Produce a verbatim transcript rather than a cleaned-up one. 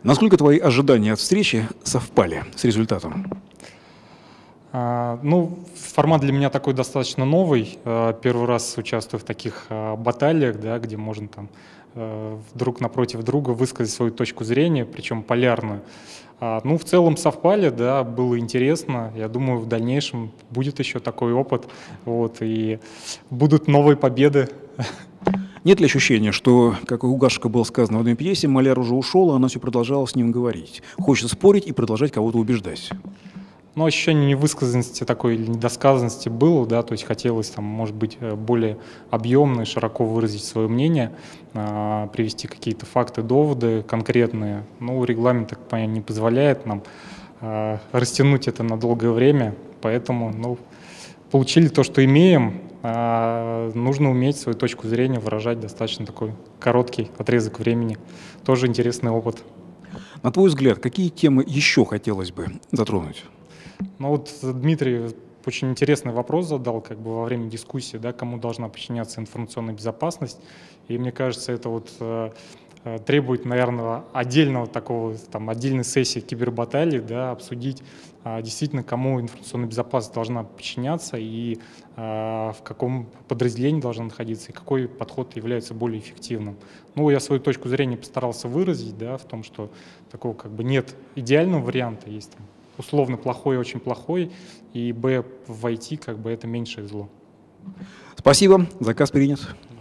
Насколько твои ожидания от встречи совпали с результатом? А, Ну, формат для меня такой достаточно новый. А, Первый раз участвую в таких а, баталиях, да, где можно там э, друг напротив друга высказать свою точку зрения, причем полярную. А, Ну, в целом совпали, да, было интересно. Я думаю, в дальнейшем будет еще такой опыт, вот, и будут новые победы. Нет ли ощущения, что, как у Гашека было сказано в одной пьесе, маляр уже ушел, а она все продолжала с ним говорить? Хочется спорить и продолжать кого-то убеждать. Но ощущение невысказанности такой или недосказанности было, да, то есть хотелось там, может быть, э, более объемно и широко выразить свое мнение, а, привести какие-то факты, доводы конкретные. Ну, регламент, так понимаю, не позволяет нам а, растянуть это на долгое время, поэтому, ну, получили то, что имеем. А, нужно уметь свою точку зрения выражать достаточно такой короткий отрезок времени. Тоже интересный опыт. На твой взгляд, какие темы еще хотелось бы затронуть? Ну вот Дмитрий очень интересный вопрос задал как бы во время дискуссии, да, кому должна подчиняться информационная безопасность. И мне кажется, это вот э, э, требует, наверное, отдельного такого, там, отдельной сессии кибербаталий, да, обсудить а, действительно, кому информационная безопасность должна подчиняться и а, в каком подразделении должна находиться, и какой подход является более эффективным. Ну, я свою точку зрения постарался выразить, да, в том, что такого как бы нет идеального варианта, есть там условно плохой, очень плохой, и Б в ай ти как бы это меньшее зло. Спасибо, заказ принят.